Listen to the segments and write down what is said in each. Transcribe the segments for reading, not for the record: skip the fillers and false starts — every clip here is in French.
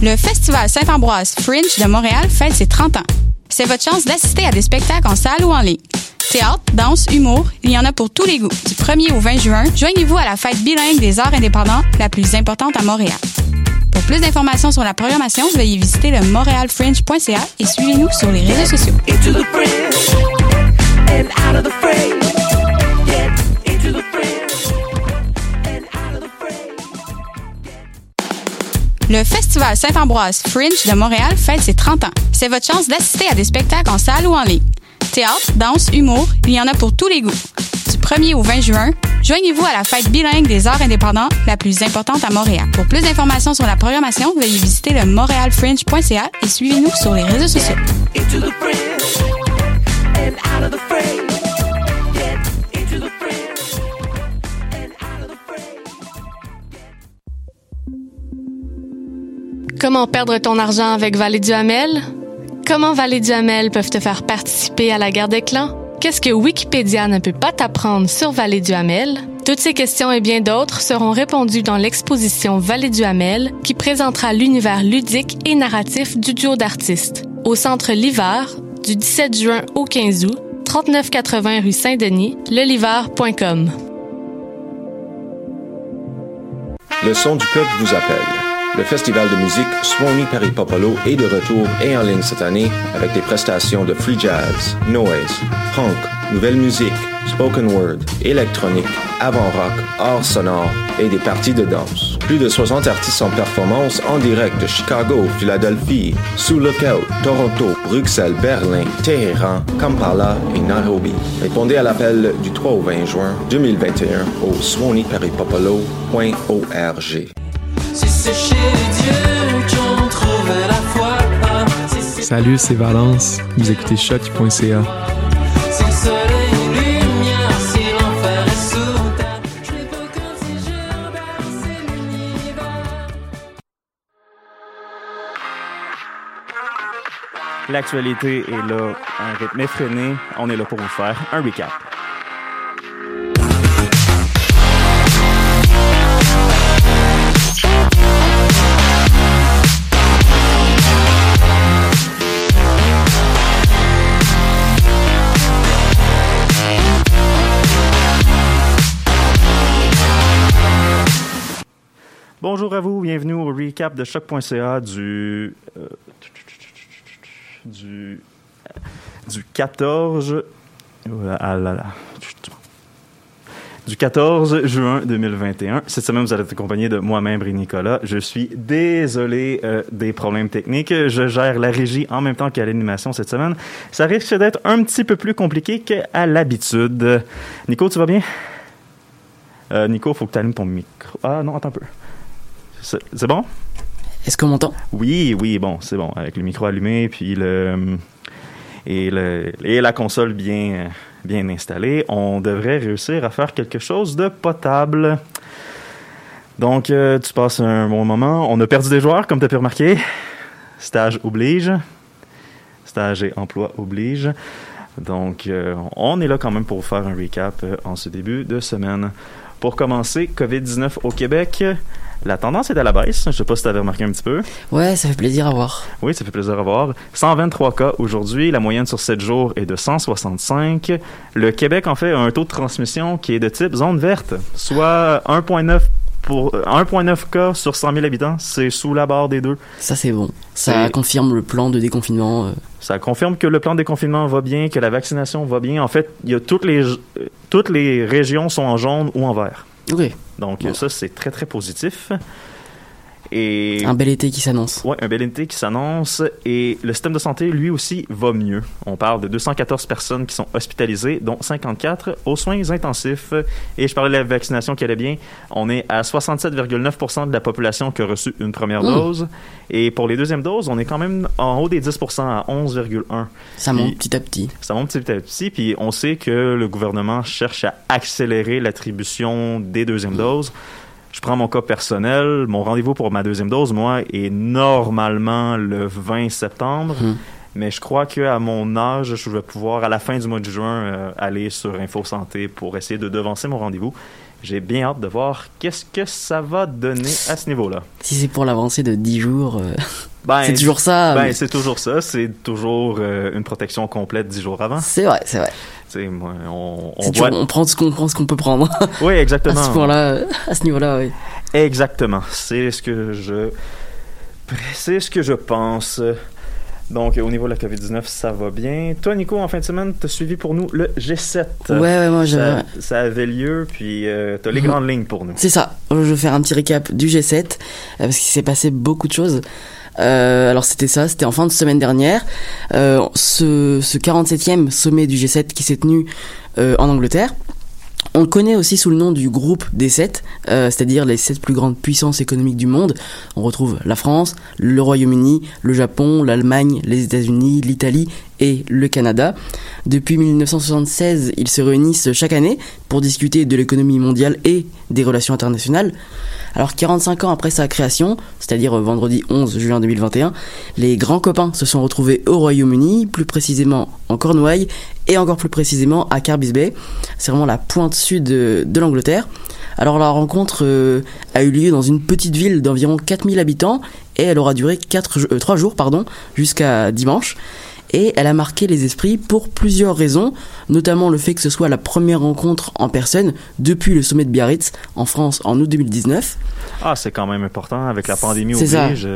Le Festival Saint-Ambroise Fringe de Montréal fête ses 30 ans. C'est votre chance d'assister à des spectacles en salle ou en ligne. Théâtre, danse, humour, il y en a pour tous les goûts. Du 1er au 20 juin, joignez-vous à la fête bilingue des arts indépendants, la plus importante à Montréal. Pour plus d'informations sur la programmation, veuillez visiter le montrealfringe.ca et suivez-nous sur les réseaux sociaux. Le Festival Saint-Ambroise Fringe de Montréal fête ses 30 ans. C'est votre chance d'assister à des spectacles en salle ou en ligne. Théâtre, danse, humour, il y en a pour tous les goûts. Du 1er au 20 juin, joignez-vous à la fête bilingue des arts indépendants, la plus importante à Montréal. Pour plus d'informations sur la programmation, veuillez visiter le montrealfringe.ca et suivez-nous sur les réseaux sociaux. Comment perdre ton argent avec Vallée du Hamel? Comment Vallée du Hamel peuvent te faire participer à la guerre des clans? Qu'est-ce que Wikipédia ne peut pas t'apprendre sur Vallée du Hamel? Toutes ces questions et bien d'autres seront répondues dans l'exposition Vallée du Hamel qui présentera l'univers ludique et narratif du duo d'artistes. Au Centre L'Hiver, du 17 juin au 15 août, 3980 rue Saint-Denis, leliver.com. Le son du peuple vous appelle. Le festival de musique Swanee Paris Popolo est de retour et en ligne cette année avec des prestations de free jazz, noise, punk, nouvelle musique, spoken word, électronique, avant-rock, art sonore et des parties de danse. Plus de 60 artistes en performance en direct de Chicago, Philadelphie, Sous Lookout, Toronto, Bruxelles, Berlin, Téhéran, Kampala et Nairobi. Répondez à l'appel du 3 au 20 juin 2021 au swaneeparisPopolo.org. Si c'est chez Dieu qu'on trouve la foi. Salut, c'est Valence. Vous écoutez choc.ca. Si le soleil est lumière, si l'enfer est sous terre, je n'ai pas comme si je berçais l'univers. L'actualité est là, un rythme effréné. On est là pour vous faire un recap. Bonjour à vous, bienvenue au recap de choc.ca du 14 du 14 juin 2021. Cette semaine, vous allez être accompagné de moi-même, Nicolas. Je suis désolé des problèmes techniques. Je gère la régie en même temps qu'à l'animation cette semaine. Ça risque d'être un petit peu plus compliqué qu'à l'habitude. Nico, tu vas bien? Nico, il faut que tu allumes ton micro. Ah non, attends un peu. C'est bon? Est-ce qu'on m'entend? Oui, bon, c'est bon. Avec le micro allumé, puis et la console bien installée, on devrait réussir à faire quelque chose de potable. Donc, tu passes un bon moment. On a perdu des joueurs, comme tu as pu remarquer. Stage oblige. Stage et emploi oblige. Donc, on est là quand même pour vous faire un recap en ce début de semaine. Pour commencer, COVID-19 au Québec. La tendance est à la baisse. Je ne sais pas si tu avais remarqué un petit peu. Ouais, ça fait plaisir à voir. Oui, ça fait plaisir à voir. 123 cas aujourd'hui. La moyenne sur 7 jours est de 165. Le Québec, en fait, a un taux de transmission qui est de type zone verte, soit 1,9 cas sur 100 000 habitants. C'est sous la barre des 2. Ça, c'est bon. Ça confirme le plan de déconfinement. Ça confirme que le plan de déconfinement va bien, que la vaccination va bien. En fait, il y a toutes les régions sont en jaune ou en vert. OK. Donc, ça, c'est très, très positif. Et un bel été qui s'annonce. Oui, un bel été qui s'annonce. Et le système de santé, lui aussi, va mieux. On parle de 214 personnes qui sont hospitalisées, dont 54 aux soins intensifs. Et je parlais de la vaccination qui allait bien. On est à 67,9% de la population qui a reçu une première dose. Et pour les deuxièmes doses, on est quand même en haut des 10%, à 11,1%. Ça monte petit à petit. Ça monte petit à petit. Puis on sait que le gouvernement cherche à accélérer l'attribution des deuxièmes doses. Je prends mon cas personnel. Mon rendez-vous pour ma deuxième dose, moi, est normalement le 20 septembre. Mais je crois qu'à mon âge, je vais pouvoir, à la fin du mois de juin, aller sur InfoSanté pour essayer de devancer mon rendez-vous. J'ai bien hâte de voir qu'est-ce que ça va donner à ce niveau-là. Si c'est pour l'avancée de 10 jours, Ben, c'est toujours ça. Ben, c'est toujours ça. C'est toujours une protection complète 10 jours avant. C'est vrai, c'est vrai. Tu sais, moi, on C'est voit... toujours- on prend ce qu'on peut prendre. Oui, exactement. À ce point-là, à ce niveau-là, oui. Exactement. C'est ce que je pense. Donc, au niveau de la COVID-19, ça va bien. Toi, Nico, en fin de semaine, t'as suivi pour nous le G7. Ouais, moi, Ça avait lieu, puis t'as les grandes lignes pour nous. C'est ça. Je vais faire un petit récap du G7 parce qu'il s'est passé beaucoup de choses. Alors c'était en fin de semaine dernière. Ce 47e sommet du G7 qui s'est tenu en Angleterre. On le connaît aussi sous le nom du groupe des 7, c'est-à-dire les 7 plus grandes puissances économiques du monde. On retrouve la France, le Royaume-Uni, le Japon, l'Allemagne, les États-Unis, l'Italie et le Canada. Depuis 1976, ils se réunissent chaque année pour discuter de l'économie mondiale et des relations internationales. Alors 45 ans après sa création, c'est-à-dire vendredi 11 juin 2021, les grands copains se sont retrouvés au Royaume-Uni, plus précisément en Cornouailles et encore plus précisément à Carby's Bay. C'est vraiment la pointe sud de l'Angleterre. Alors la rencontre a eu lieu dans une petite ville d'environ 4000 habitants et elle aura duré 3 jours jusqu'à dimanche. Et elle a marqué les esprits pour plusieurs raisons, notamment le fait que ce soit la première rencontre en personne depuis le sommet de Biarritz en France en août 2019. Ah, c'est quand même important avec la pandémie C'est ça. oblige.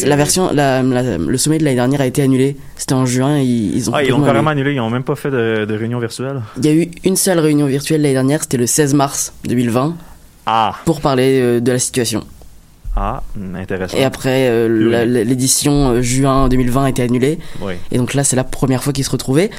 Le sommet de l'année dernière a été annulé. C'était en juin. Ils l'ont carrément annulé. Ils n'ont même pas fait de réunion virtuelle. Il y a eu une seule réunion virtuelle l'année dernière. C'était le 16 mars 2020 pour parler de la situation. Ah, intéressant. Et après, l'édition juin 2020 a été annulée. Oui. Et donc là, c'est la première fois qu'ils se retrouvaient.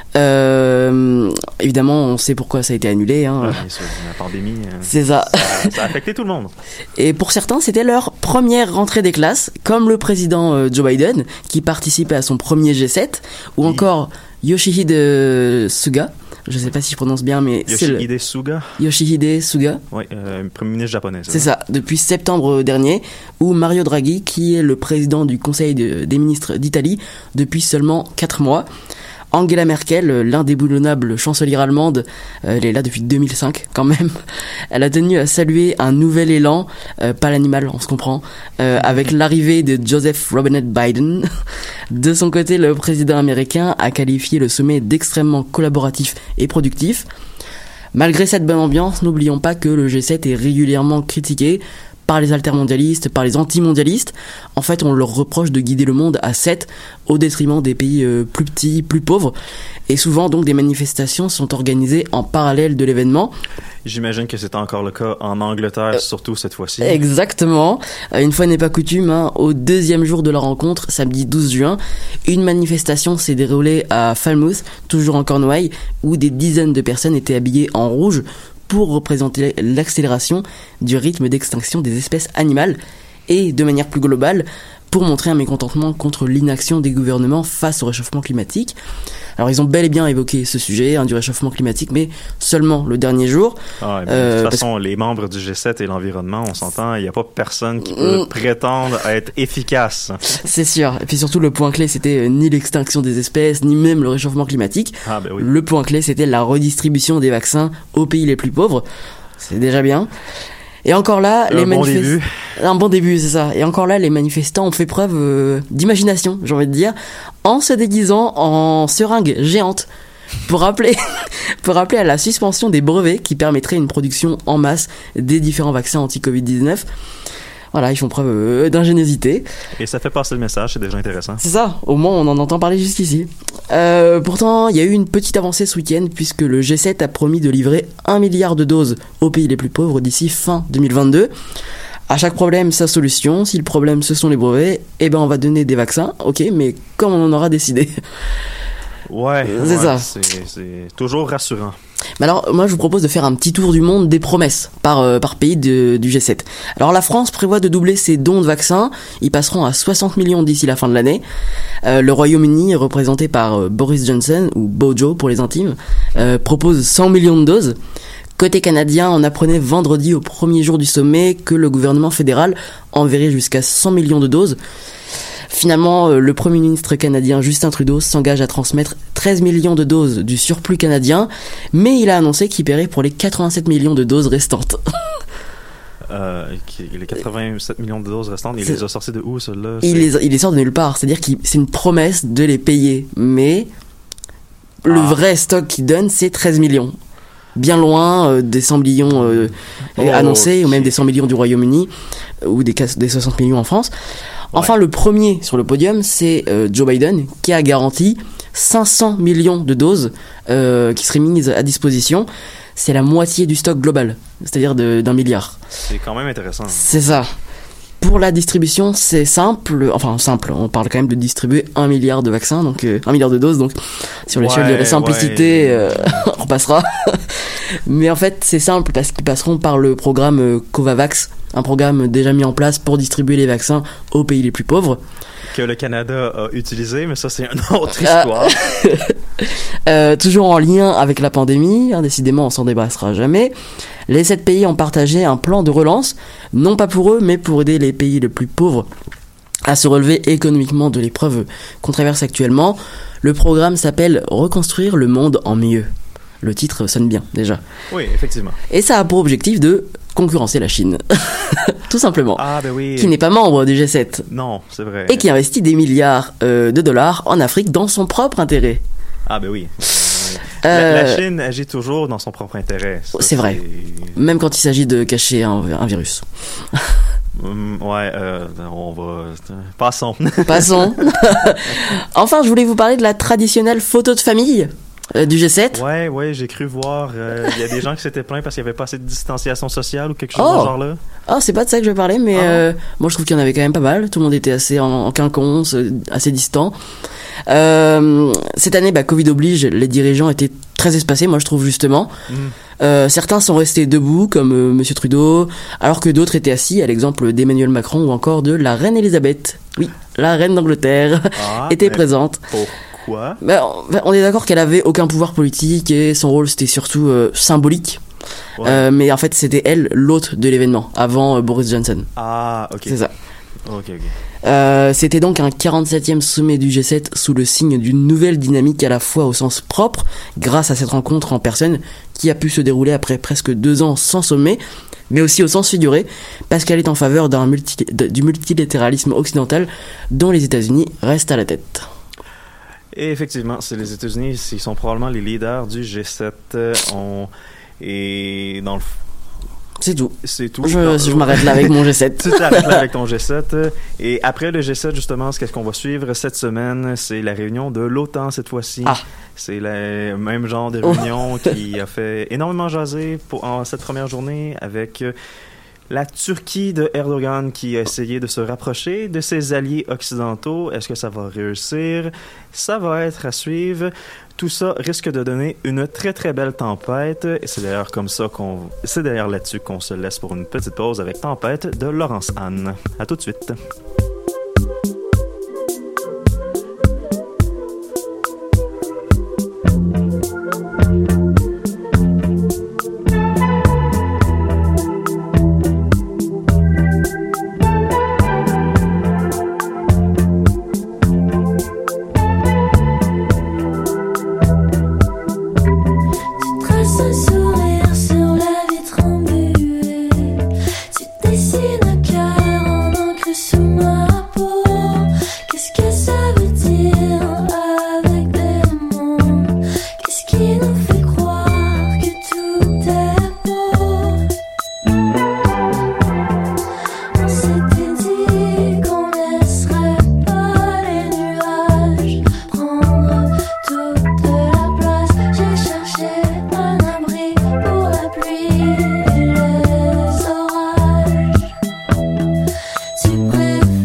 Évidemment, on sait pourquoi ça a été annulé. Hein. La pandémie, c'est ça. Ça a affecté tout le monde. Et pour certains, c'était leur première rentrée des classes, comme le président Joe Biden, qui participait à son premier G7, ou encore Yoshihide Suga. Je sais pas si je prononce bien, mais Yoshihide Suga. Yoshihide Suga. Oui, premier ministre japonais. C'est ça, depuis septembre dernier, ou Mario Draghi, qui est le président du Conseil des ministres d'Italie depuis seulement 4 mois. Angela Merkel, l'indéboulonnable chancelière allemande, elle est là depuis 2005 quand même. Elle a tenu à saluer un nouvel élan, pas l'animal, on se comprend, avec l'arrivée de Joseph Robinette Biden. De son côté, le président américain a qualifié le sommet d'extrêmement collaboratif et productif. Malgré cette bonne ambiance, n'oublions pas que le G7 est régulièrement critiqué par les altermondialistes, par les antimondialistes. En fait, on leur reproche de guider le monde à 7 au détriment des pays plus petits, plus pauvres. Et souvent, donc, des manifestations sont organisées en parallèle de l'événement. J'imagine que c'est encore le cas en Angleterre, surtout cette fois-ci. Exactement. Une fois n'est pas coutume, au deuxième jour de la rencontre, samedi 12 juin, une manifestation s'est déroulée à Falmouth, toujours en Cornouailles, où des dizaines de personnes étaient habillées en rouge pour représenter l'accélération du rythme d'extinction des espèces animales et, de manière plus globale, pour montrer un mécontentement contre l'inaction des gouvernements face au réchauffement climatique. Alors ils ont bel et bien évoqué ce sujet du réchauffement climatique, mais seulement le dernier jour. De toute façon, les membres du G7 et l'environnement, on s'entend, il n'y a pas personne qui peut prétendre à être efficace. C'est sûr. Et puis surtout, le point clé, c'était ni l'extinction des espèces, ni même le réchauffement climatique. Ah, ben oui. Le point clé, c'était la redistribution des vaccins aux pays les plus pauvres. C'est déjà bien. Et encore là, un bon début, c'est ça. Et encore là, les manifestants ont fait preuve d'imagination, j'ai envie de dire, en se déguisant en seringues géantes pour rappeler à la suspension des brevets qui permettraient une production en masse des différents vaccins anti-Covid-19. Voilà, ils font preuve d'ingéniosité. Et ça fait passer le message, c'est déjà intéressant. C'est ça, au moins on en entend parler jusqu'ici. Pourtant, il y a eu une petite avancée ce week-end puisque le G7 a promis de livrer 1 milliard de doses aux pays les plus pauvres d'ici fin 2022. À chaque problème, sa solution. Si le problème, ce sont les brevets, on va donner des vaccins, ok, mais comme on en aura décidé. Ouais, c'est ça. C'est toujours rassurant. Mais alors, moi, je vous propose de faire un petit tour du monde des promesses par pays du G7. Alors, la France prévoit de doubler ses dons de vaccins. Ils passeront à 60 millions d'ici la fin de l'année. Le Royaume-Uni, représenté par Boris Johnson, ou Bojo pour les intimes, propose 100 millions de doses. Côté canadien, on apprenait vendredi au premier jour du sommet que le gouvernement fédéral enverrait jusqu'à 100 millions de doses. Finalement, le Premier ministre canadien Justin Trudeau s'engage à transmettre 13 millions de doses du surplus canadien, mais il a annoncé qu'il paierait pour les 87 millions de doses restantes. Les 87 millions de doses restantes, il les a sortis de où, ceux-là? Il les sort de nulle part, c'est-à-dire que c'est une promesse de les payer, mais le vrai stock qu'il donne, c'est 13 millions. Bien loin des 100 millions annoncés, ou même des 100 millions du Royaume-Uni, ou des 60 millions en France. Enfin, le premier sur le podium, c'est Joe Biden, qui a garanti 500 millions de doses qui seraient mises à disposition. C'est la moitié du stock global, c'est-à-dire d'1 milliard. C'est quand même intéressant. C'est ça. Pour la distribution, c'est simple. Enfin, simple. On parle quand même de distribuer 1 milliard de vaccins, donc 1 milliard de doses. Donc, sur l'échelle de la simplicité, on passera. Mais en fait, c'est simple parce qu'ils passeront par le programme Covavax, un programme déjà mis en place pour distribuer les vaccins aux pays les plus pauvres. Que le Canada a utilisé, mais ça, c'est une autre histoire. Toujours en lien avec la pandémie, décidément, on s'en débarrassera jamais. Les 7 pays ont partagé un plan de relance, non pas pour eux, mais pour aider les pays les plus pauvres à se relever économiquement de l'épreuve qu'on traverse actuellement. Le programme s'appelle « Reconstruire le monde en mieux ». Le titre sonne bien, déjà. Oui, effectivement. Et ça a pour objectif de concurrencer la Chine. Tout simplement. Ah, ben oui. Qui n'est pas membre du G7. Non, c'est vrai. Et qui investit des milliards de dollars en Afrique dans son propre intérêt. Ah, ben oui. La Chine agit toujours dans son propre intérêt. Ça, c'est vrai. Même quand il s'agit de cacher un virus. On va... Passons. Enfin, je voulais vous parler de la traditionnelle photo de famille du G7. Ouais, j'ai cru voir. Il y a des gens qui s'étaient plaints parce qu'il n'y avait pas assez de distanciation sociale ou quelque chose de ce genre-là. Oh, c'est pas de ça que je vais parler, mais moi je trouve qu'il y en avait quand même pas mal. Tout le monde était assez en quinconce, assez distant. Cette année, Covid oblige, les dirigeants étaient très espacés, moi je trouve justement. Certains sont restés debout, comme Monsieur Trudeau, alors que d'autres étaient assis, à l'exemple d'Emmanuel Macron ou encore de la reine Elisabeth. Oui, la reine d'Angleterre était présente. Pourquoi ? On est d'accord qu'elle avait aucun pouvoir politique et son rôle c'était surtout symbolique. Ouais. Mais en fait c'était elle l'hôte de l'événement avant Boris Johnson. Ah, ok. C'est ça. Ok. C'était donc un 47e sommet du G7 sous le signe d'une nouvelle dynamique à la fois au sens propre, grâce à cette rencontre en personne qui a pu se dérouler après presque 2 ans sans sommet, mais aussi au sens figuré, parce qu'elle est en faveur du multilatéralisme occidental dont les États-Unis restent à la tête. Et effectivement, c'est les États-Unis, ils sont probablement les leaders du G7. Et dans le C'est tout. Je m'arrête là avec mon G7. Tu t'arrêtes là avec ton G7. Et après le G7, justement, qu'est-ce qu'on va suivre cette semaine? C'est la réunion de l'OTAN cette fois-ci. C'est le même genre de réunion qui a fait énormément jaser en cette première journée avec la Turquie de Erdogan qui a essayé de se rapprocher de ses alliés occidentaux. Est-ce que ça va réussir? Ça va être à suivre. Tout ça risque de donner une très très belle tempête. Et c'est d'ailleurs là-dessus qu'on se laisse pour une petite pause avec Tempête de Laurence Anne. À tout de suite. Tu préfères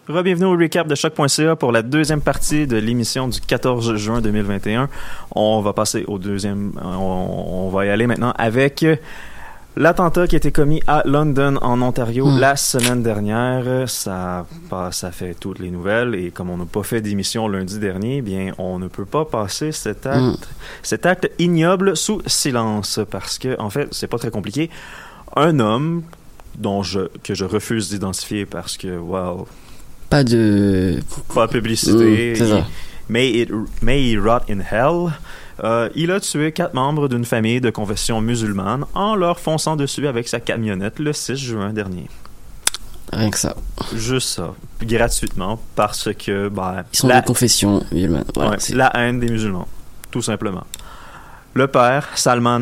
Re-bienvenue au recap de Choc.ca pour la deuxième partie de l'émission du 14 juin 2021. On va passer au deuxième... On va y aller maintenant avec l'attentat qui a été commis à London, en Ontario, la semaine dernière. Ça fait toutes les nouvelles et comme on n'a pas fait d'émission lundi dernier, bien, on ne peut pas passer cet acte ignoble sous silence parce que, en fait, c'est pas très compliqué. Un homme que je refuse d'identifier parce que, wow... Pas de publicité. C'est ça. May he rot in hell. Il a tué 4 membres d'une famille de confession musulmane en leur fonçant dessus avec sa camionnette le 6 juin dernier. Rien que ça. Juste ça. Gratuitement parce que... ils sont de confession musulmane. Voilà, ouais, la haine des musulmans. Tout simplement. Le père, Salman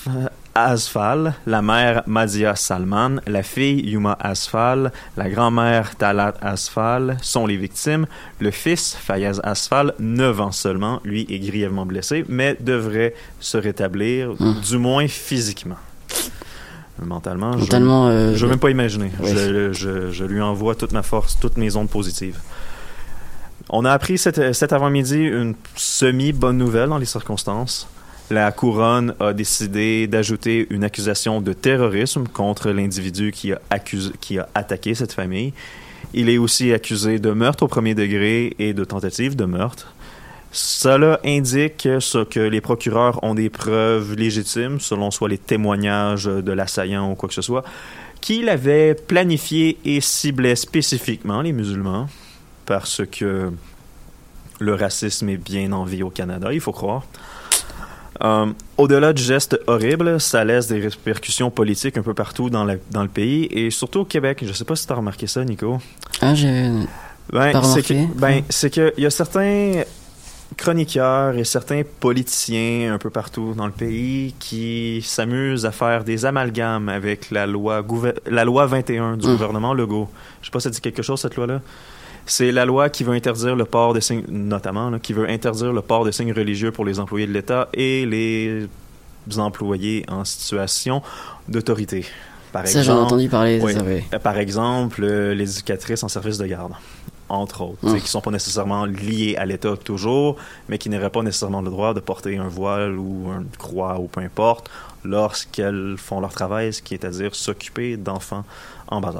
Asfal, la mère Madia Salman, la fille Yuma Asfal, la grand-mère Talat Asfal sont les victimes. Le fils, Fayez Asfal, 9 ans seulement, lui est grièvement blessé, mais devrait se rétablir, du moins physiquement. Mentalement, je ne veux même pas imaginer. Oui. Je lui envoie toute ma force, toutes mes ondes positives. On a appris cet avant-midi une semi-bonne nouvelle dans les circonstances. La couronne a décidé d'ajouter une accusation de terrorisme contre l'individu qui a attaqué cette famille. Il est aussi accusé de meurtre au premier degré et de tentative de meurtre. Cela indique que les procureurs ont des preuves légitimes, selon soit les témoignages de l'assaillant ou quoi que ce soit, qu'il avait planifié et ciblait spécifiquement les musulmans, parce que le racisme est bien en vie au Canada, il faut croire. Au-delà du geste horrible, ça laisse des répercussions politiques un peu partout dans le pays et surtout au Québec. Je ne sais pas si tu as remarqué ça, Nico. J'ai pas remarqué. C'est qu'il y a certains chroniqueurs et certains politiciens un peu partout dans le pays qui s'amusent à faire des amalgames avec la loi 21 du gouvernement Legault. Je ne sais pas si ça dit quelque chose, cette loi-là. C'est la loi qui veut interdire le port de signes, notamment, qui veut interdire le port de signes religieux pour les employés de l'État et les employés en situation d'autorité. Ça, j'en ai entendu parler. Oui, ça, oui. Par exemple, les éducatrices en service de garde, entre autres, qui ne sont pas nécessairement liées à l'État toujours, mais qui n'auraient pas nécessairement le droit de porter un voile ou une croix ou peu importe lorsqu'elles font leur travail, ce qui est à dire s'occuper d'enfants en bas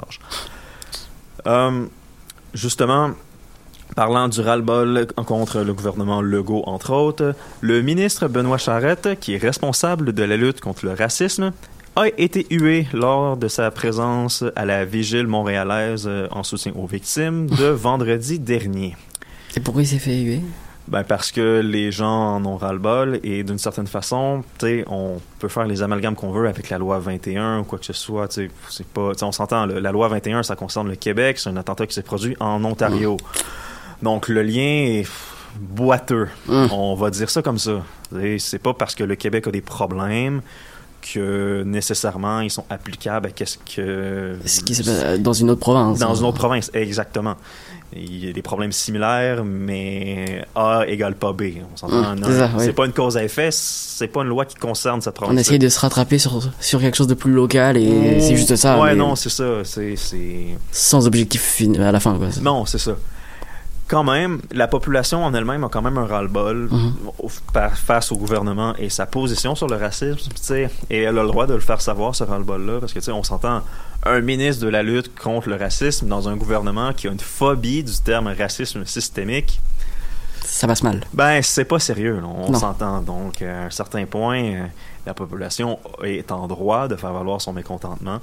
âge. Justement, parlant du ras-le-bol contre le gouvernement Legault, entre autres, le ministre Benoît Charette, qui est responsable de la lutte contre le racisme, a été hué lors de sa présence à la vigile montréalaise en soutien aux victimes de vendredi dernier. Et pourquoi il s'est fait huer? Parce que les gens en ont ras-le-bol et d'une certaine façon, on peut faire les amalgames qu'on veut avec la loi 21 ou quoi que ce soit. C'est pas, on s'entend, la loi 21, ça concerne le Québec, c'est un attentat qui s'est produit en Ontario. Donc le lien est boiteux. On va dire ça comme ça. C'est pas parce que le Québec a des problèmes que nécessairement ils sont applicables à ce qui se passe dans une autre province. Dans une autre province, exactement. Il y a des problèmes similaires, mais A égale pas B. On s'entend. C'est pas une cause à effet, c'est pas une loi qui concerne cette province. On essaye de se rattraper sur quelque chose de plus local et c'est juste ça. Ouais, non, c'est ça. C'est sans objectif à la fin, quoi. Non, c'est ça. Quand même, la population en elle-même a quand même un ras-le-bol face au gouvernement et sa position sur le racisme, et elle a le droit de le faire savoir, ce ras-le-bol-là, parce que on s'entend, un ministre de la lutte contre le racisme dans un gouvernement qui a une phobie du terme racisme systémique, ça passe mal. C'est pas sérieux, là. On s'entend. Donc, à un certain point, la population est en droit de faire valoir son mécontentement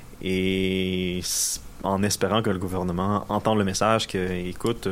et en espérant que le gouvernement entende le message que, écoute,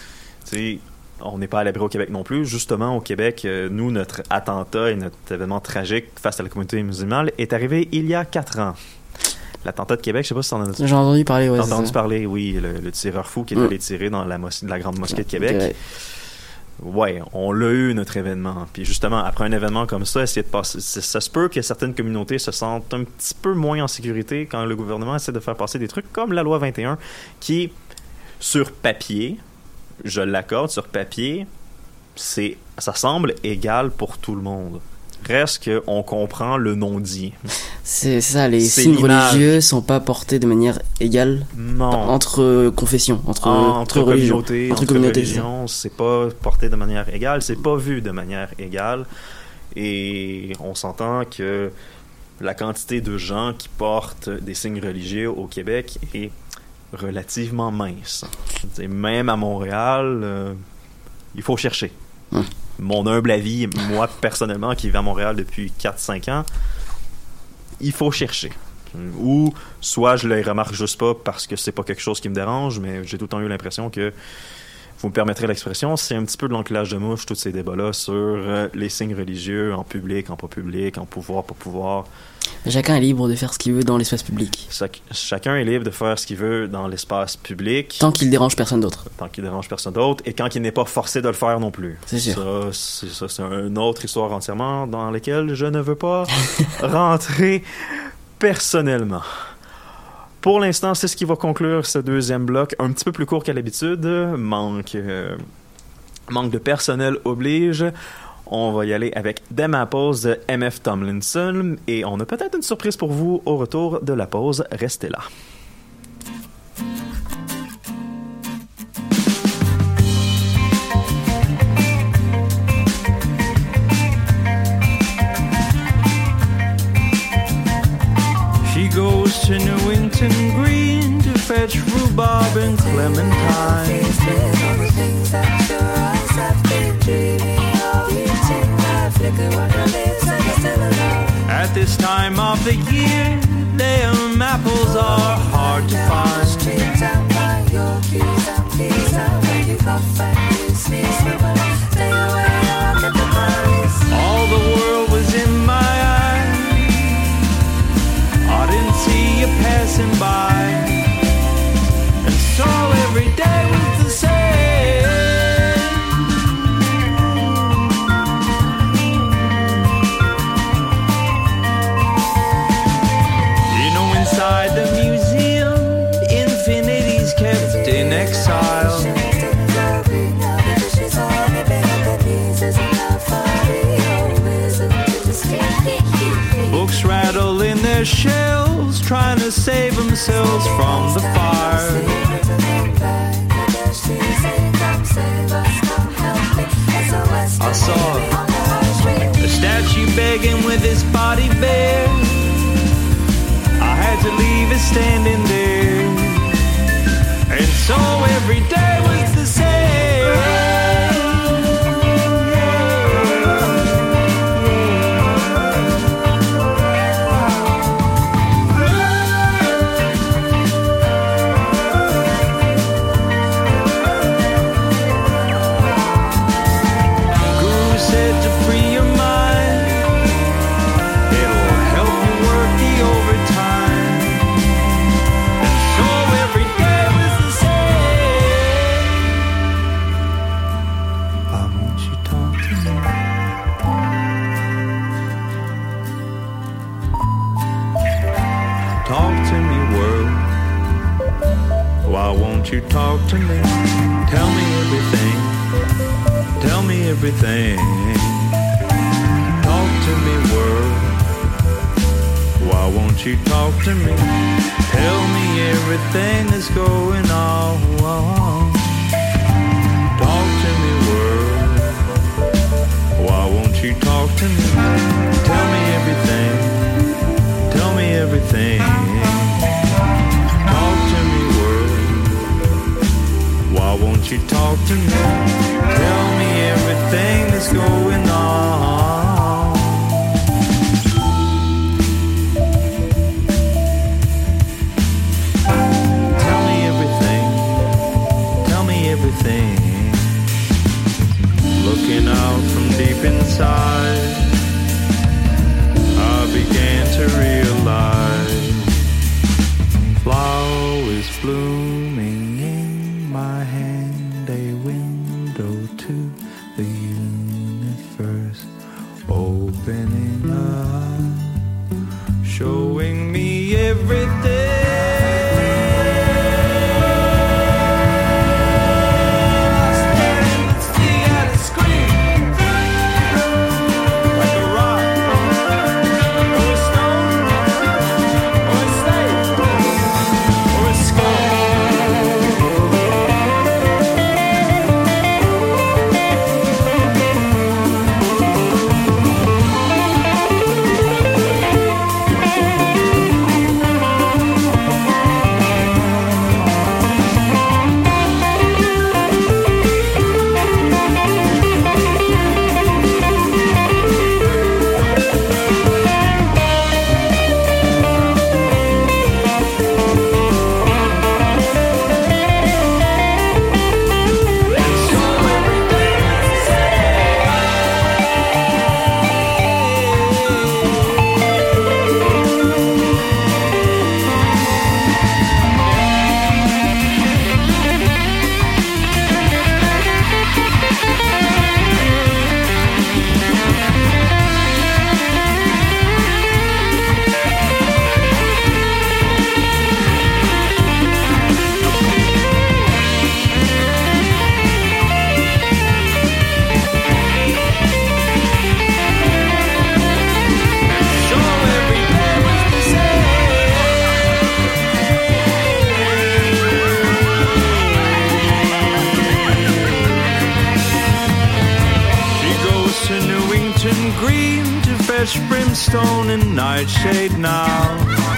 on n'est pas à l'abri au Québec non plus. Justement, au Québec, nous, notre attentat et notre événement tragique face à la communauté musulmane est arrivé il y a 4 ans. L'attentat de Québec, je sais pas si t'en as... J'ai entendu parler, ouais. T'as entendu parler, oui, le tireur fou qui est allé tirer dans la grande mosquée de Québec. Okay. Ouais, on l'a eu, notre événement. Puis justement, après un événement comme ça, essayer de passer... Ça se peut que certaines communautés se sentent un petit peu moins en sécurité quand le gouvernement essaie de faire passer des trucs comme la loi 21, qui, sur papier, je l'accorde, sur papier, ça semble égal pour tout le monde. Reste qu'on comprend le non-dit. C'est ça, les C'est signes l'image. religieux sont pas portés de manière égale Non. entre confessions, entre religions, communautés, entre communautés. religions, c'est pas porté de manière égale, c'est pas vu de manière égale. Et on s'entend que la quantité de gens qui portent des signes religieux au Québec est relativement mince. T'sais, même à Montréal, il faut chercher. Mon humble avis, moi personnellement qui vis à Montréal depuis 4-5 ans, il faut chercher. Ou soit je les remarque juste pas parce que c'est pas quelque chose qui me dérange, mais j'ai tout le temps eu l'impression que, vous me permettrez l'expression, c'est un petit peu de l'enculage de mouche, tous ces débats-là sur les signes religieux en public, en pas public, en pouvoir, pas pouvoir. Chacun est libre de faire ce qu'il veut dans l'espace public. Chacun est libre de faire ce qu'il veut dans l'espace public. Tant qu'il dérange personne d'autre. Tant qu'il dérange personne d'autre et quand il n'est pas forcé de le faire non plus. C'est sûr. C'est une autre histoire entièrement dans laquelle je ne veux pas rentrer personnellement. Pour l'instant, c'est ce qui va conclure ce deuxième bloc, un petit peu plus court qu'à l'habitude. Manque de personnel oblige. On va y aller avec Them Apples de M.F. Tomlinson et on a peut-être une surprise pour vous au retour de la pause. Restez là. She goes to Newington Green to fetch rhubarb and clementine. At this time of the year, them apples are hard to find. All the world was in my eyes. I didn't see you passing by, and so every day was the same. Inside the museum, infinity's kept in exile. Books rattle in their shelves, trying to save themselves from the fire. I saw a statue begging with his body bare. I had to leave it standing there, and so every day was the same. Guru said to free your mind, it'll help you work the overtime. So every day was the same. Why won't you talk to me? Talk to me, world. Why won't you talk to me? Tell me everything. Tell me everything. Talk to me, world. Why won't you talk to me? Tell me everything that's going on. Talk to me, world. Why won't you talk to me? Tell me everything. Tell me everything. Talk to me, world. Why won't you talk to me? Tell me everything that's going on. Everything. Looking out from deep inside, I began to realize flowers blooming in my hand, a window to the universe. ash, brimstone, and nightshade now.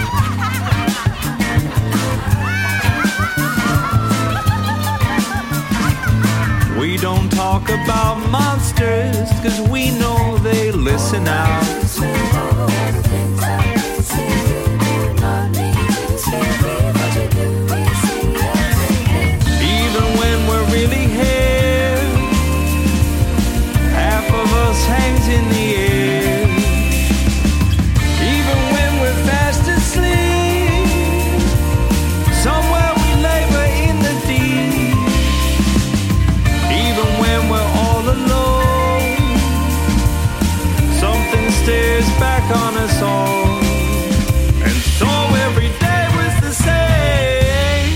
We don't talk about monsters, 'cause we know they listen out. Even when we're really here, half of us hangs in the air. Even when we're fast asleep, somewhere we labor in the deep. Even when we're all alone, something stares back on us all. And so every day was the same.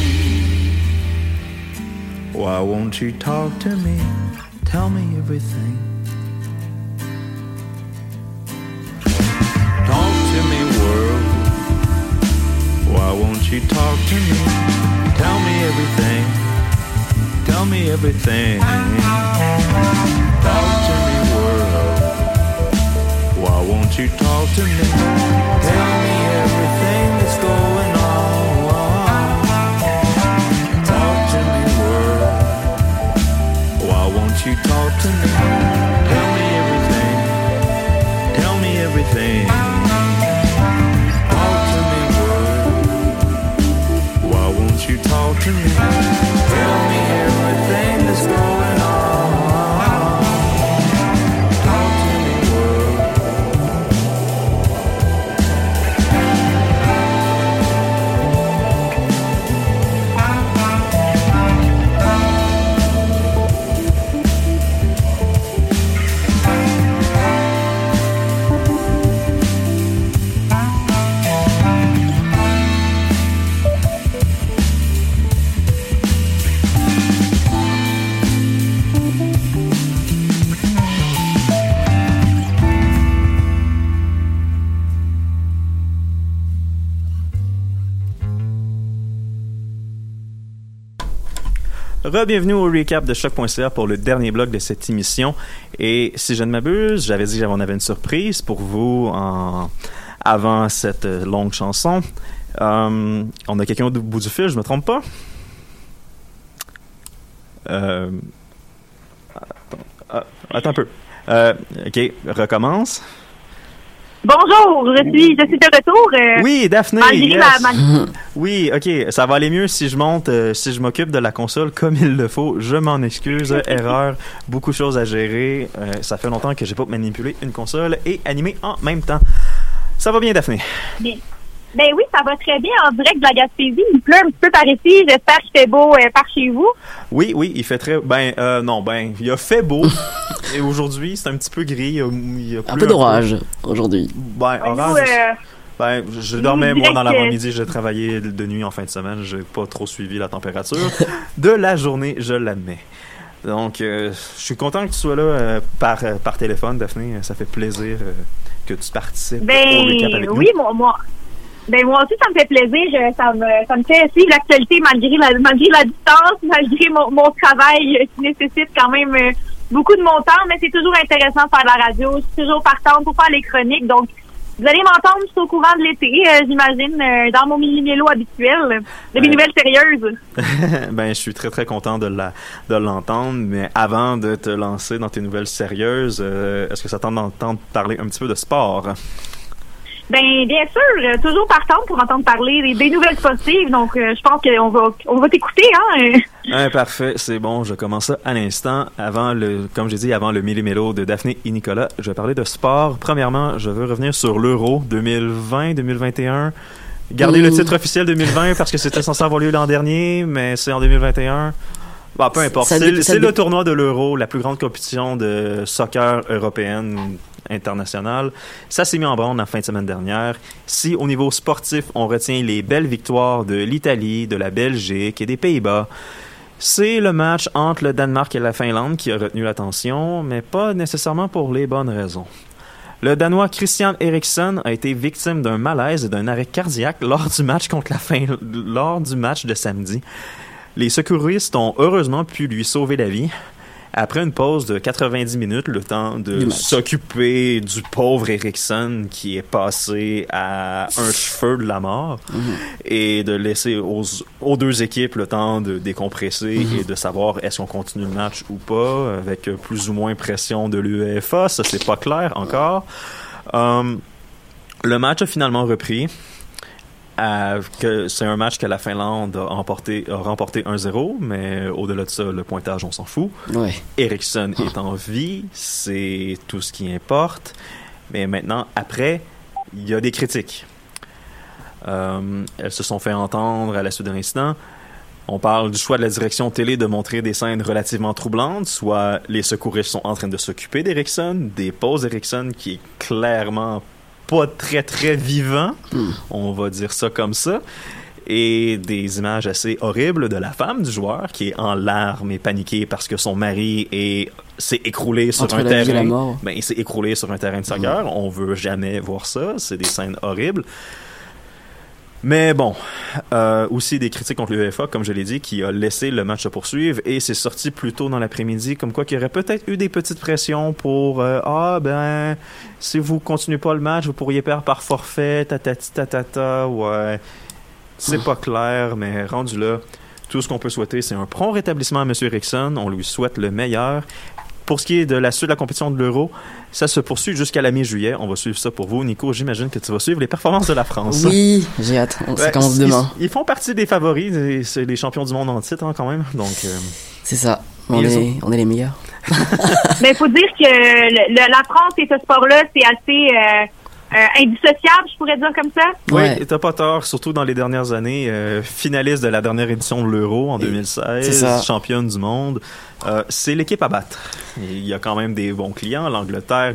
Why won't you talk to me? Tell me everything. Talk to me, world. Why won't you talk to me? Tell me everything. Tell me everything. Talk to me, world. Why won't you talk to me? Tell me everything that's going on. Talk to me, world. Why won't you talk to me? Tell me everything. Tell me everything. Talk to me, world. Why won't you talk to me? Tell me everything that's going on. Talk to me, world. Re-bienvenue au recap de Choc.ca pour le dernier bloc de cette émission. Et si je ne m'abuse, j'avais dit qu'on avait une surprise pour vous avant cette longue chanson. On a quelqu'un au bout du fil, je me trompe pas? Attends un peu. OK, recommence. Bonjour, je suis de retour. Oui, Daphné. Malgré Yes. Oui, OK, ça va aller mieux si je monte, si je m'occupe de la console comme il le faut. Je m'en excuse, erreur, beaucoup de choses à gérer. Ça fait longtemps que j'ai pas manipulé une console et animé en même temps. Ça va bien, Daphné? Bien. Ben oui, ça va très bien en direct de la Gaspésie. Il pleut un petit peu par ici. J'espère qu'il fait beau par chez vous. Oui, il fait très... il a fait beau. Et aujourd'hui, c'est un petit peu gris. Il y a un peu d'orage aujourd'hui. Orage... je dormais, moi, dans l'avant-midi. J'ai travaillé de nuit en fin de semaine. J'ai pas trop suivi la température de la journée, je l'admets. Donc, je suis content que tu sois là par téléphone, Daphné. Ça fait plaisir que tu participes au recap avec nous. Oui, moi aussi, ça me fait plaisir. Ça me fait suivre l'actualité malgré la distance, malgré mon travail qui nécessite quand même beaucoup de mon temps, mais c'est toujours intéressant de faire de la radio. Je suis toujours partante pour faire les chroniques. Donc, vous allez m'entendre juste au courant de l'été, j'imagine, dans mon mini-mélo habituel, de mes nouvelles sérieuses. Je suis très, très content de l'entendre, mais avant de te lancer dans tes nouvelles sérieuses, est-ce que ça tente d'entendre parler un petit peu de sport? Bien sûr, toujours partante pour entendre parler des nouvelles sportives, donc je pense qu'on va t'écouter, hein. Parfait, c'est bon, je commence ça à l'instant. Comme j'ai dit, avant le Méli-Mélo de Daphné et Nicolas, je vais parler de sport. Premièrement, je veux revenir sur l'Euro 2020-2021. Garder le titre officiel 2020 parce que c'était censé avoir lieu l'an dernier, mais c'est en 2021. Peu importe. C'est le tournoi de l'Euro, la plus grande compétition de soccer européenne internationale. Ça s'est mis en branle la fin de semaine dernière. Si au niveau sportif, on retient les belles victoires de l'Italie, de la Belgique et des Pays-Bas, c'est le match entre le Danemark et la Finlande qui a retenu l'attention, mais pas nécessairement pour les bonnes raisons. Le Danois Christian Eriksen a été victime d'un malaise et d'un arrêt cardiaque lors du match lors du match de samedi. Les secouristes ont heureusement pu lui sauver la vie. Après une pause de 90 minutes, le temps de s'occuper du pauvre Eriksson qui est passé à un cheveu de la mort et de laisser aux deux équipes le temps de décompresser et de savoir est-ce qu'on continue le match ou pas, avec plus ou moins pression de l'UEFA, ça c'est pas clair encore. Le match a finalement repris. C'est un match que la Finlande a remporté 1-0, mais au-delà de ça, le pointage, on s'en fout. Ouais. Eriksson est en vie, c'est tout ce qui importe. Mais maintenant, après, il y a des critiques. Elles se sont fait entendre à la suite de l'incident. On parle du choix de la direction télé de montrer des scènes relativement troublantes, soit les secouristes sont en train de s'occuper d'Eriksson, des pauses d'Eriksson qui est clairement pas très très vivant, on va dire ça comme ça, et des images assez horribles de la femme du joueur qui est en larmes et paniquée parce que son mari s'est écroulé sur un terrain. Ben, il s'est écroulé sur un terrain de soccer. On veut jamais voir ça. C'est des scènes horribles. Mais bon, aussi des critiques contre l'UEFA, comme je l'ai dit, qui a laissé le match se poursuivre et c'est sorti plus tôt dans l'après-midi, comme quoi qu'il y aurait peut-être eu des petites pressions pour si vous continuez pas le match, vous pourriez perdre par forfait, tatata, ouais. C'est pas clair, mais rendu là, tout ce qu'on peut souhaiter, c'est un prompt rétablissement à M. Eriksson. On lui souhaite le meilleur. Pour ce qui est de la suite de la compétition de l'Euro, ça se poursuit jusqu'à la mi-juillet. On va suivre ça pour vous. Nico, j'imagine que tu vas suivre les performances de la France. Oui, j'ai hâte. Ça commence demain. Ils font partie des favoris. C'est les champions du monde en titre, quand même. Donc, c'est ça. On est les meilleurs. Mais il faut dire que la France et ce sport-là, c'est assez indissociable, je pourrais dire comme ça. Oui, t'as pas tort, surtout dans les dernières années. Finaliste de la dernière édition de l'Euro en 2016, championne du monde. C'est l'équipe à battre. Il y a quand même des bons clients. L'Angleterre,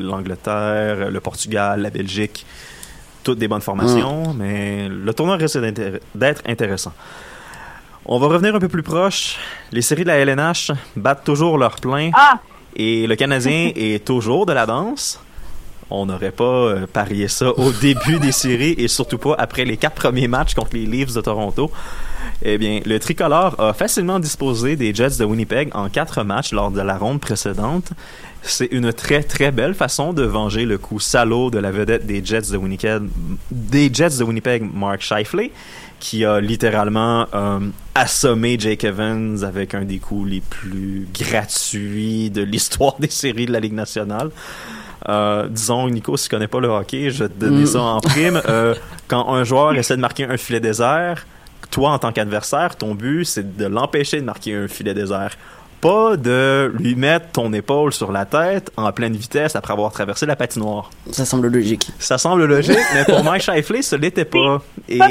le Portugal, la Belgique, toutes des bonnes formations, mais le tournoi risque d'être intéressant. On va revenir un peu plus proche. Les séries de la LNH battent toujours leur plein. Et le Canadien est toujours de la danse. On n'aurait pas parié ça au début des séries et surtout pas après les 4 premiers matchs contre les Leafs de Toronto. Eh bien, le tricolore a facilement disposé des Jets de Winnipeg en 4 matchs lors de la ronde précédente. C'est une très très belle façon de venger le coup salaud de la vedette des Jets de Winnipeg, Mark Scheifele, qui a littéralement assommé Jake Evans avec un des coups les plus gratuits de l'histoire des séries de la Ligue nationale. Disons, Nico, si tu connais pas le hockey, je vais te donner ça en prime. Quand un joueur essaie de marquer un filet désert, toi, en tant qu'adversaire, ton but, c'est de l'empêcher de marquer un filet désert. Pas de lui mettre ton épaule sur la tête en pleine vitesse après avoir traversé la patinoire. Ça semble logique. Ça semble logique, mais pour Mike Scheifele, ce l'était pas. Pas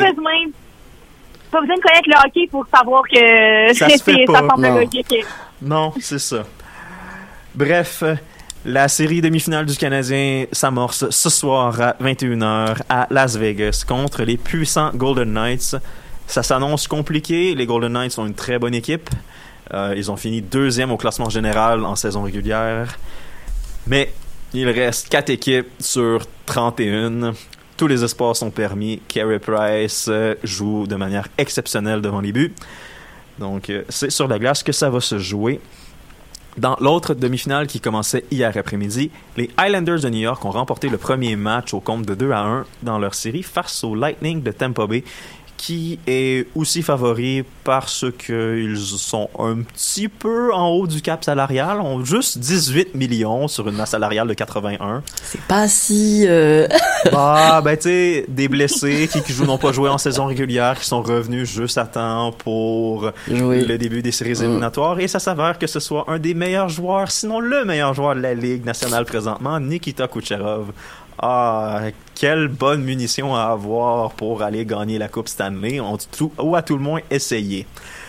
besoin de connaître le hockey pour savoir que ça semble logique. Non, c'est ça. Bref, la série demi-finale du Canadien s'amorce ce soir à 21h à Las Vegas contre les puissants Golden Knights. Ça s'annonce compliqué. Les Golden Knights sont une très bonne équipe. Ils ont fini 2e au classement général en saison régulière. Mais il reste 4 équipes sur 31. Tous les espoirs sont permis. Carey Price joue de manière exceptionnelle devant les buts. Donc, c'est sur la glace que ça va se jouer. Dans l'autre demi-finale qui commençait hier après-midi, les Islanders de New York ont remporté le premier match au compte de 2-1 dans leur série face au Lightning de Tampa Bay, qui est aussi favori parce qu'ils sont un petit peu en haut du cap salarial. On a juste 18 millions sur une masse salariale de 81. C'est pas si... tu sais, des blessés qui n'ont pas joué en saison régulière, qui sont revenus juste à temps pour le début des séries éliminatoires. Et ça s'avère que ce soit un des meilleurs joueurs, sinon le meilleur joueur de la Ligue nationale présentement, Nikita Kucherov. Quelle bonne munition à avoir pour aller gagner la Coupe Stanley, ou à tout le moins essayer.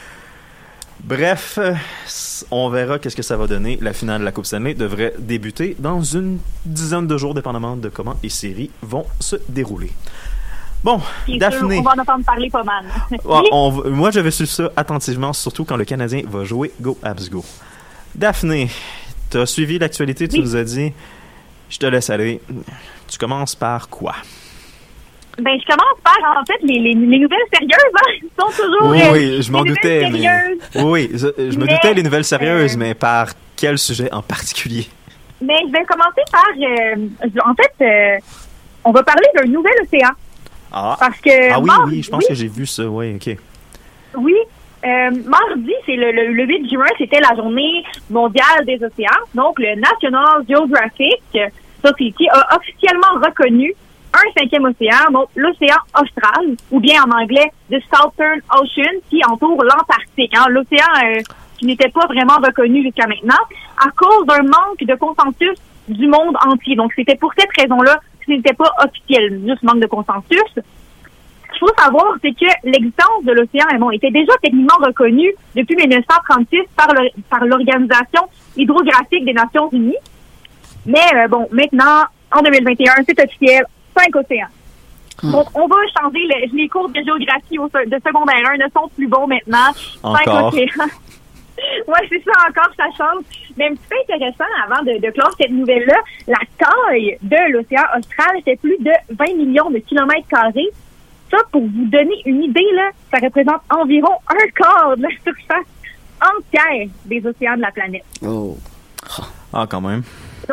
Bref, on verra qu'est-ce que ça va donner. La finale de la Coupe Stanley devrait débuter dans une dizaine de jours, dépendamment de comment les séries vont se dérouler. Bon, Daphné. On va en entendre parler pas mal. Moi, je vais suivre ça attentivement, surtout quand le Canadien va jouer Go Habs Go. Daphné, tu as suivi l'actualité, tu nous as dit... Je te laisse aller. Tu commences par quoi? Ben, je commence par, en fait, les nouvelles sérieuses, hein, sont toujours... Oui, je m'en les doutais, nouvelles mais... sérieuses. Oui, je me doutais les nouvelles sérieuses, mais par quel sujet en particulier? Mais je vais commencer par... en fait, on va parler d'un nouvel océan. Ah, Parce que oui, je pense que j'ai vu ça, oui, OK. Oui, mardi, c'est le 8 juin, c'était la journée mondiale des océans. Donc, le National Geographic Society a officiellement reconnu un 5e océan, donc l'océan austral, ou bien en anglais, the Southern Ocean, qui entoure l'Antarctique. Hein, l'océan qui n'était pas vraiment reconnu jusqu'à maintenant, à cause d'un manque de consensus du monde entier. Donc, c'était pour cette raison-là que ce n'était pas officiel, juste manque de consensus. Ce qu'il faut savoir, c'est que l'existence de l'océan était déjà techniquement reconnue depuis 1936 par l'Organisation hydrographique des Nations Unies. Mais maintenant, en 2021, c'est officiel, 5 océans. Donc, on va changer les cours de géographie de secondaire 1 ne sont plus bons maintenant. 5 océans. Oui, c'est ça, encore, ça change. Mais un petit peu intéressant, avant de clore cette nouvelle-là, la taille de l'océan austral était plus de 20 millions de kilomètres carrés. Ça, pour vous donner une idée, là, ça représente environ un quart de la surface entière des océans de la planète. Oh. Ah, quand même.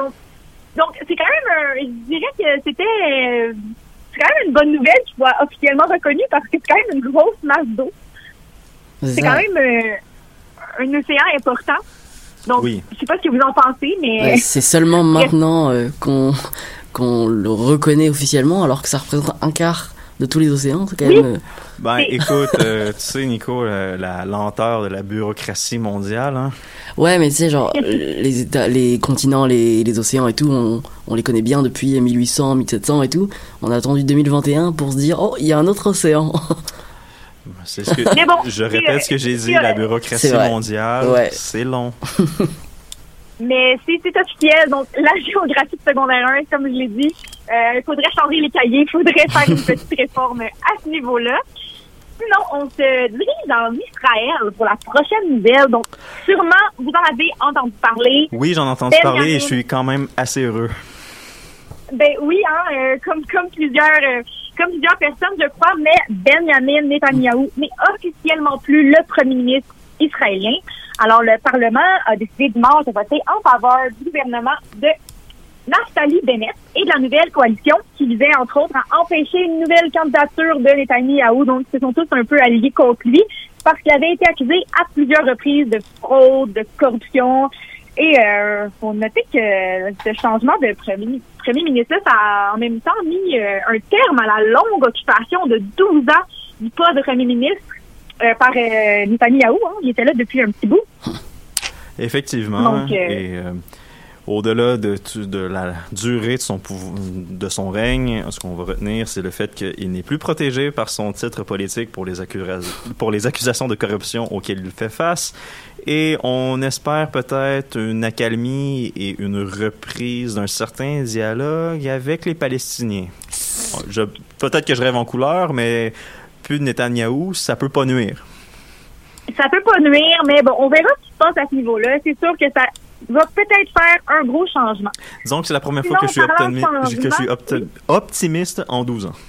Donc c'est quand même, je dirais que c'est quand même une bonne nouvelle qu'il soit officiellement reconnu parce que c'est quand même une grosse masse d'eau. C'est quand même un océan important. Donc, oui. Je sais pas ce que vous en pensez, mais... Ouais, c'est seulement maintenant qu'on le reconnaît officiellement, alors que ça représente un quart de tous les océans. C'est quand même... Ben, écoute, tu sais, Nico, la lenteur de la bureaucratie mondiale, hein. Ouais, mais tu sais, genre, les continents, les océans et tout, on les connaît bien depuis 1800, 1700 et tout. On a attendu 2021 pour se dire, oh, il y a un autre océan. C'est ce que je répète ce que j'ai dit, la bureaucratie mondiale, c'est long. Mais c'est officiel, donc la géographie de secondaire 1, comme je l'ai dit, il faudrait changer les cahiers, il faudrait faire une petite réforme à ce niveau-là. Sinon, on se dirige en Israël pour la prochaine nouvelle, donc sûrement vous en avez entendu parler. Oui, j'en ai entendu parler et je suis quand même assez heureux. Ben oui, hein, comme plusieurs personnes, je crois, mais Benjamin Netanyahou n'est officiellement plus le premier ministre israélien. Alors, le Parlement a décidé dimanche de voter en faveur du gouvernement de Naftali Bennett et de la nouvelle coalition qui visait, entre autres, à empêcher une nouvelle candidature de Netanyahou. Donc, ils se sont tous un peu alliés contre lui parce qu'il avait été accusé à plusieurs reprises de fraude, de corruption. Et faut noter que ce changement de premier ministre, ça a en même temps mis un terme à la longue occupation de 12 ans du poste de premier ministre par Netanyahou. Hein. Il était là depuis un petit bout. Effectivement. Donc, et au-delà de la durée de son règne, ce qu'on va retenir, c'est le fait qu'il n'est plus protégé par son titre politique pour les accusations de corruption auxquelles il fait face. Et on espère peut-être une accalmie et une reprise d'un certain dialogue avec les Palestiniens. Peut-être que je rêve en couleur, mais plus de Netanyahou, ça peut pas nuire. Ça peut pas nuire, mais bon, on verra ce qui se passe à ce niveau-là. C'est sûr que ça va peut-être faire un gros changement. Disons que c'est la première fois que je suis optimiste en 12 ans.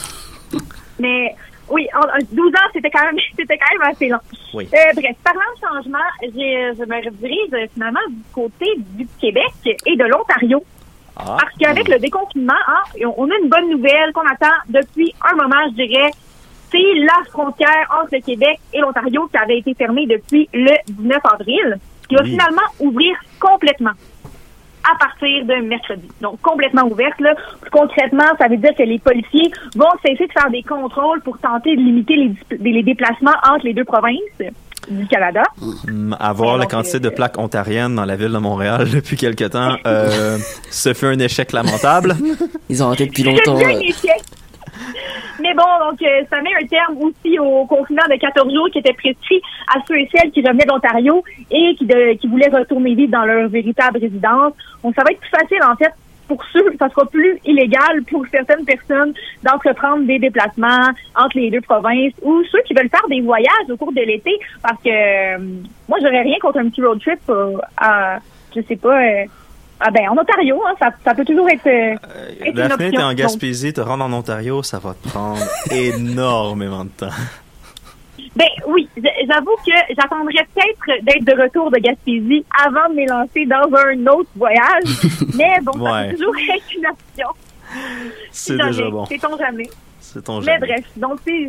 Mais oui, 12 ans, c'était quand même assez long. Oui. Bref, parlant de changement, je me redirige finalement du côté du Québec et de l'Ontario. Ah. Parce qu'avec le déconfinement, on a une bonne nouvelle qu'on attend depuis un moment, je dirais. C'est la frontière entre le Québec et l'Ontario qui avait été fermée depuis le 19 avril, qui va finalement ouvrir complètement à partir de mercredi. Donc, complètement ouverte, là. Concrètement, ça veut dire que les policiers vont cesser de faire des contrôles pour tenter de limiter les déplacements entre les deux provinces du Canada. Avoir la quantité de plaques ontariennes dans la ville de Montréal depuis quelque temps, ce fut un échec lamentable. Ils ont arrêté depuis longtemps. Mais bon, donc ça met un terme aussi au confinement de 14 jours qui était prescrit à ceux et celles qui revenaient d'Ontario et qui voulaient retourner vivre dans leur véritable résidence. Donc ça va être plus facile en fait pour ceux, ça sera plus illégal pour certaines personnes d'entreprendre des déplacements entre les deux provinces ou ceux qui veulent faire des voyages au cours de l'été parce que moi j'aurais rien contre un petit road trip à je sais pas Ah ben, en Ontario, hein, ça peut toujours être une Daphné, t'es option. en Gaspésie, te rendre en Ontario, ça va te prendre énormément de temps. Ben oui, j'avoue que j'attendrais peut-être d'être de retour de Gaspésie avant de m'élancer dans un autre voyage. Mais bon, ça Ouais. peut toujours être une option. C'est Jamais, déjà bon. Sait-on jamais. C'est-on Mais jamais. bref, donc c'est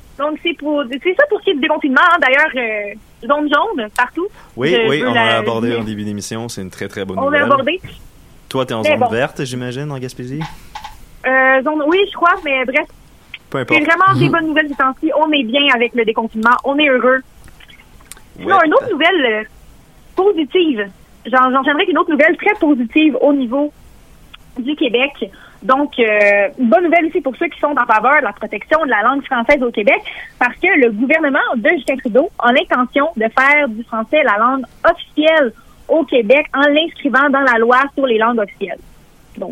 ça pour ce qui est du déconfinement. Hein. D'ailleurs, zone jaune partout. Oui, Je oui, veux on la- l'a abordé en début d'émission, c'est une très très bonne On nouvelle. l'a abordé. Toi, t'es en Mais zone bon. verte, j'imagine, en Gaspésie? Zone, oui, je crois, mais bref, Peu c'est importe. vraiment des bonnes nouvelles ces temps-ci. On est bien avec le déconfinement, on est heureux. Sinon, Ouais. une autre nouvelle positive. J'enchaînerai avec une autre nouvelle très positive au niveau du Québec. Donc, une bonne nouvelle aussi pour ceux qui sont en faveur de la protection de la langue française au Québec, parce que le gouvernement de Justin Trudeau a l'intention de faire du français la langue officielle au Québec en l'inscrivant dans la loi sur les langues officielles. Donc,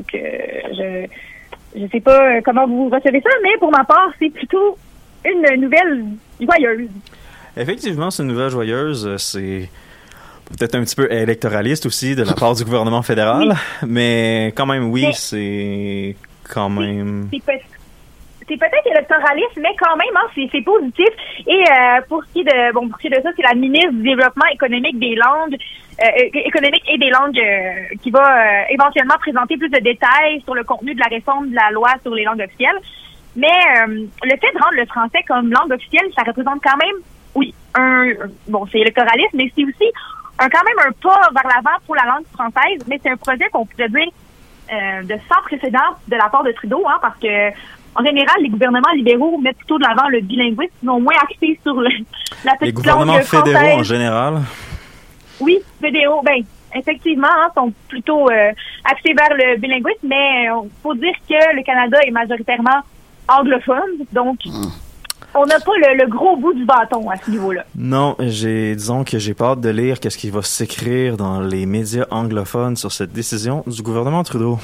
je sais pas comment vous recevez ça, mais pour ma part, c'est plutôt une nouvelle joyeuse. Effectivement, c'est une nouvelle joyeuse. C'est peut-être un petit peu électoraliste aussi de la part du gouvernement fédéral, mais quand même, oui, Mais- c'est quand même... C'est peut-être électoraliste, mais quand même, hein, c'est positif. Et pour ce qui est de ça, c'est la ministre du Développement économique des langues, économique et des langues qui va éventuellement présenter plus de détails sur le contenu de la réforme de la loi sur les langues officielles. Mais le fait de rendre le français comme langue officielle, ça représente quand même, oui, c'est électoraliste, mais c'est aussi quand même un pas vers l'avant pour la langue française. Mais c'est un projet qu'on pourrait dire de sans précédent de la part de Trudeau, hein, parce que en général, les gouvernements libéraux mettent plutôt de l'avant le bilinguisme, ils sont moins axés sur la petite Les gouvernements langue fédéraux française. en général. Oui, fédéraux, effectivement, hein, sont plutôt axés vers le bilinguisme, mais il faut dire que le Canada est majoritairement anglophone, donc on n'a pas le gros bout du bâton à ce niveau-là. Non, disons que j'ai pas hâte de lire qu'est-ce qui va s'écrire dans les médias anglophones sur cette décision du gouvernement Trudeau.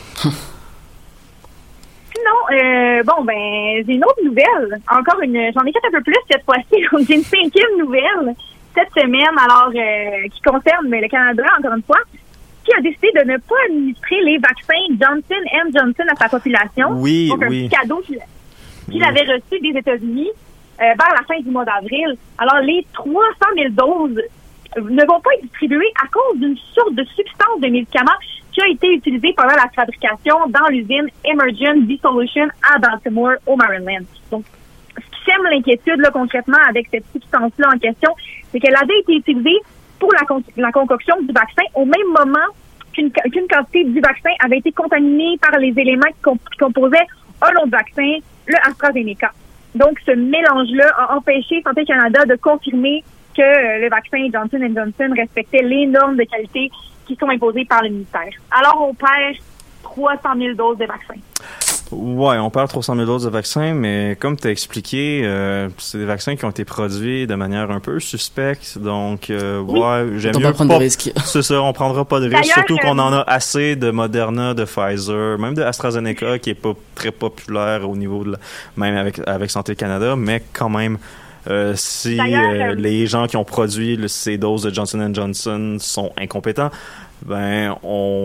Sinon, j'ai une autre nouvelle. Encore j'en ai fait un peu plus cette fois-ci. J'ai une 5e nouvelle cette semaine, alors qui concerne le Canada, encore une fois, qui a décidé de ne pas administrer les vaccins Johnson & Johnson à sa population. Oui, Donc, un oui. petit cadeau qu'il avait reçu des États-Unis vers la fin du mois d'avril. Alors, les 300 000 doses ne vont pas être distribuées à cause d'une sorte de substance de médicament qui a été utilisée pendant la fabrication dans l'usine Emergent Dissolution à Baltimore, au Maryland. Donc, ce qui sème l'inquiétude là, concrètement avec cette substance-là en question, c'est qu'elle avait été utilisée pour la concoction du vaccin au même moment qu'une quantité du vaccin avait été contaminée par les éléments qui composaient un autre vaccin, le AstraZeneca. Donc, ce mélange-là a empêché Santé Canada de confirmer que le vaccin Johnson & Johnson respectait les normes de qualité qui sont imposées par le ministère. Alors, on perd 300 000 doses de vaccins. Ouais, on perd 300 000 doses de vaccins, mais comme tu as expliqué, c'est des vaccins qui ont été produits de manière un peu suspecte, donc ouais, j'aime On mieux va prendre de risques. C'est ça, on prendra pas de risques, D'ailleurs, surtout qu'on en a assez de Moderna, de Pfizer, même de AstraZeneca, qui est pas très populaire au niveau de même avec Santé Canada, mais quand même. Si D'ailleurs, les gens qui ont produit ces doses de Johnson & Johnson sont incompétents, ben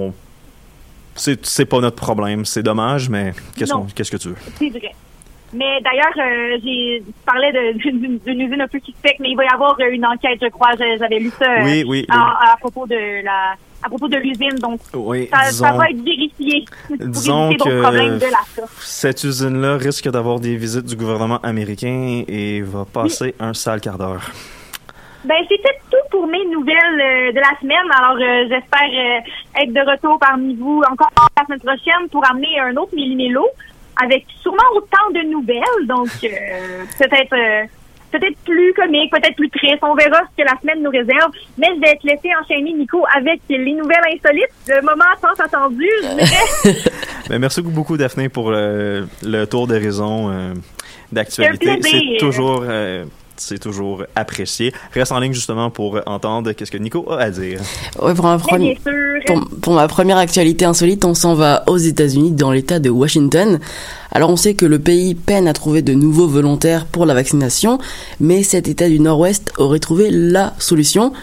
c'est pas notre problème. C'est dommage, mais qu'est-ce que tu veux? C'est vrai. Mais d'ailleurs, tu parlais d'une usine un peu suspecte, mais il va y avoir une enquête, je crois. J'avais lu ça Oui. à propos de l'usine. Donc, Oui, ça va être vérifié pour disons éviter d'autres problèmes de que l'achat. cette usine-là risque d'avoir des visites du gouvernement américain et va passer un sale quart d'heure. C'était tout pour mes nouvelles de la semaine. Alors, j'espère être de retour parmi vous encore la semaine prochaine pour amener un autre Méli-Mélo avec sûrement autant de nouvelles. Donc, peut-être plus comique, peut-être plus triste. On verra ce que la semaine nous réserve. Mais je vais te laisser enchaîner, Nico, avec les nouvelles insolites. Le moment tant attendu, je dirais. Ben, merci beaucoup, Daphné, pour le tour d'horizon d'actualité. C'est un plaisir. C'est toujours apprécié. Reste en ligne justement pour entendre qu'est-ce que Nico a à dire. Ouais, Bien sûr. pour ma première actualité insolite, on s'en va aux États-Unis, dans l'État de Washington. Alors on sait que le pays peine à trouver de nouveaux volontaires pour la vaccination, mais cet État du Nord-Ouest aurait trouvé la solution.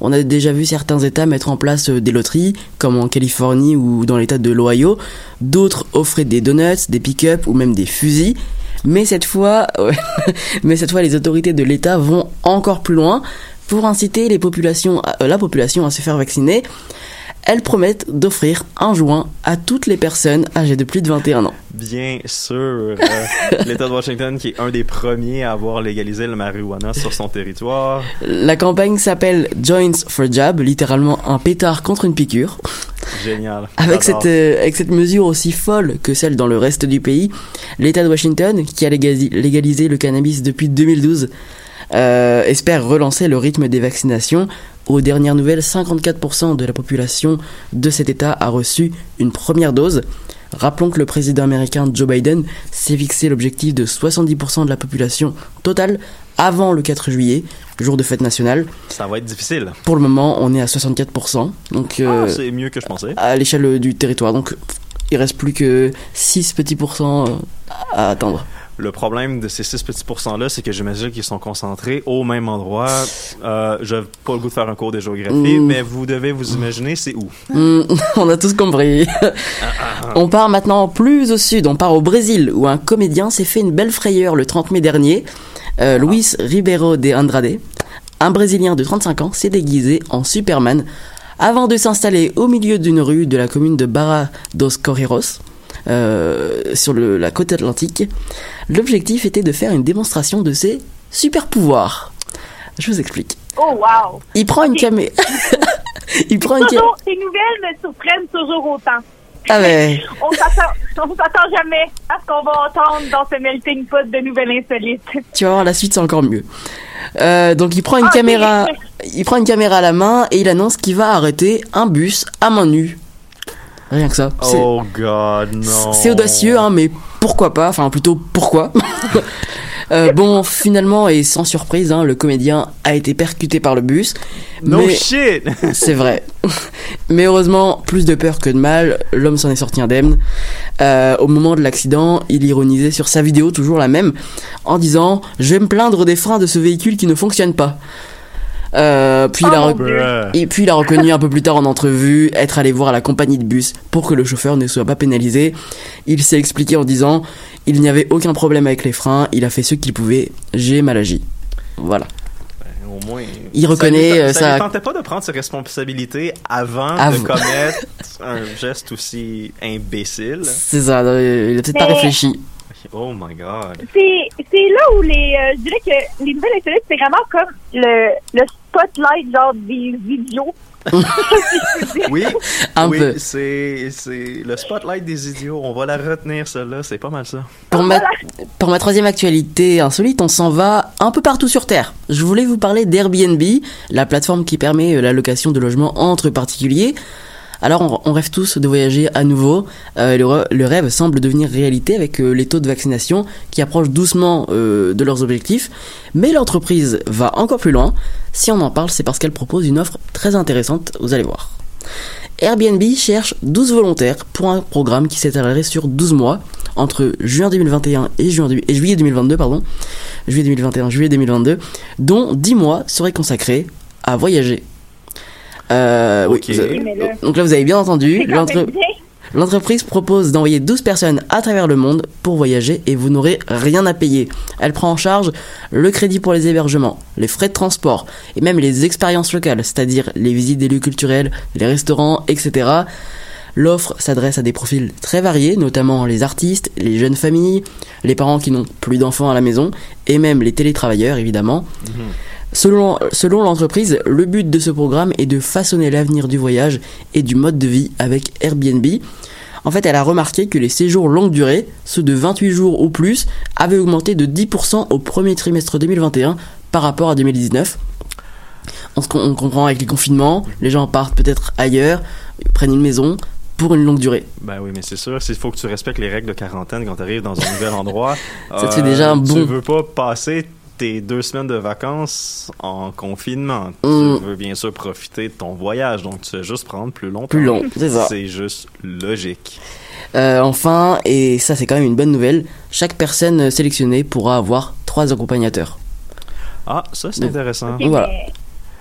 On a déjà vu certains États mettre en place des loteries, comme en Californie ou dans l'État de l'Ohio. D'autres offraient des donuts, des pick-up ou même des fusils. Mais cette fois, les autorités de l'État vont encore plus loin pour inciter la population à se faire vacciner. Elles promettent d'offrir un joint à toutes les personnes âgées de plus de 21 ans. Bien sûr, l'État de Washington qui est un des premiers à avoir légalisé le marijuana sur son territoire. La campagne s'appelle Joints for Jab, littéralement un pétard contre une piqûre. Génial. Avec cette mesure aussi folle que celle dans le reste du pays, l'État de Washington, qui a légalisé le cannabis depuis 2012, espère relancer le rythme des vaccinations. Aux dernières nouvelles, 54% de la population de cet État a reçu une première dose. Rappelons que le président américain Joe Biden s'est fixé l'objectif de 70% de la population totale avant le 4 juillet, jour de fête nationale. Ça va être difficile. Pour le moment, on est à 64%. Donc, c'est mieux que je pensais. À l'échelle du territoire. Donc, il reste plus que 6 petits pourcents à atteindre. Le problème de ces 6 petits pourcents-là, c'est que j'imagine qu'ils sont concentrés au même endroit. Je n'ai pas le goût de faire un cours de géographie, mais vous devez vous imaginer, c'est où? On a tous compris. On part maintenant plus au sud, on part au Brésil, où un comédien s'est fait une belle frayeur le 30 mai dernier. Luis Ribeiro de Andrade, un Brésilien de 35 ans, s'est déguisé en Superman avant de s'installer au milieu d'une rue de la commune de Barra dos Correios. Sur la côte atlantique. L'objectif était de faire une démonstration de ses super pouvoirs. Je vous explique. Oh, wow! Il prend une caméra. Ces nouvelles me surprennent toujours autant. Ah ouais. On s'attend jamais à ce qu'on va entendre dans ce melting pot de nouvelles insolites. Tu vas voir, la suite c'est encore mieux. Donc il prend une caméra à la main et il annonce qu'il va arrêter un bus à main nue. Rien que ça. Oh God, non. C'est audacieux, hein, mais pourquoi pas? Enfin, plutôt pourquoi? Bon, finalement, et sans surprise, hein, le comédien a été percuté par le bus. No shit! C'est vrai. Mais heureusement, plus de peur que de mal, l'homme s'en est sorti indemne. Au moment de l'accident, il ironisait sur sa vidéo, toujours la même, en disant « Je vais me plaindre des freins de ce véhicule qui ne fonctionne pas ». Puis il a reconnu un peu plus tard en entrevue être allé voir la compagnie de bus pour que le chauffeur ne soit pas pénalisé. Il s'est expliqué en disant « Il n'y avait aucun problème avec les freins, il a fait ce qu'il pouvait, j'ai mal agi ». Voilà. Au moins, il reconnaît ça ne tentait pas de prendre ses responsabilités avant de commettre un geste aussi imbécile. C'est ça, il a peut-être pas réfléchi. Oh my God. C'est là où je dirais que les nouvelles insolites, c'est vraiment comme le spotlight genre des idiots. Oui, un peu. C'est le spotlight des idiots. On va la retenir, celle-là. C'est pas mal ça. Pour ma troisième actualité insolite, on s'en va un peu partout sur Terre. Je voulais vous parler d'Airbnb, la plateforme qui permet la location de logements entre particuliers. Alors on rêve tous de voyager à nouveau. Le rêve semble devenir réalité avec les taux de vaccination qui approchent doucement de leurs objectifs. Mais l'entreprise va encore plus loin. Si on en parle, c'est parce qu'elle propose une offre très intéressante, vous allez voir. Airbnb cherche 12 volontaires pour un programme qui s'étalerait sur 12 mois, entre juin 2021 et juillet 2022, juillet 2021, juillet 2022, dont 10 mois seraient consacrés à voyager. Okay. Donc là vous avez bien entendu, l'entreprise propose d'envoyer 12 personnes à travers le monde pour voyager et vous n'aurez rien à payer. Elle prend en charge le crédit pour les hébergements, les frais de transport et même les expériences locales, c'est-à-dire les visites des lieux culturels, les restaurants, etc. L'offre s'adresse à des profils très variés, notamment les artistes, les jeunes familles, les parents qui n'ont plus d'enfants à la maison et même les télétravailleurs évidemment. Selon l'entreprise, le but de ce programme est de façonner l'avenir du voyage et du mode de vie avec Airbnb. En fait, elle a remarqué que les séjours longue durée, ceux de 28 jours ou plus, avaient augmenté de 10% au premier trimestre 2021 par rapport à 2019. On comprend avec les confinements, les gens partent peut-être ailleurs, prennent une maison pour une longue durée. Ben oui, mais c'est sûr, il faut que tu respectes les règles de quarantaine quand tu arrives dans un nouvel endroit. Ça te fait déjà un bon... Tu veux pas passer tes 2 semaines de vacances en confinement. Tu veux bien sûr profiter de ton voyage, donc tu veux juste prendre plus longtemps. Plus long, c'est ça. C'est juste logique. Enfin, et ça c'est quand même une bonne nouvelle, chaque personne sélectionnée pourra avoir 3 accompagnateurs. Ah, ça c'est intéressant. Okay, voilà.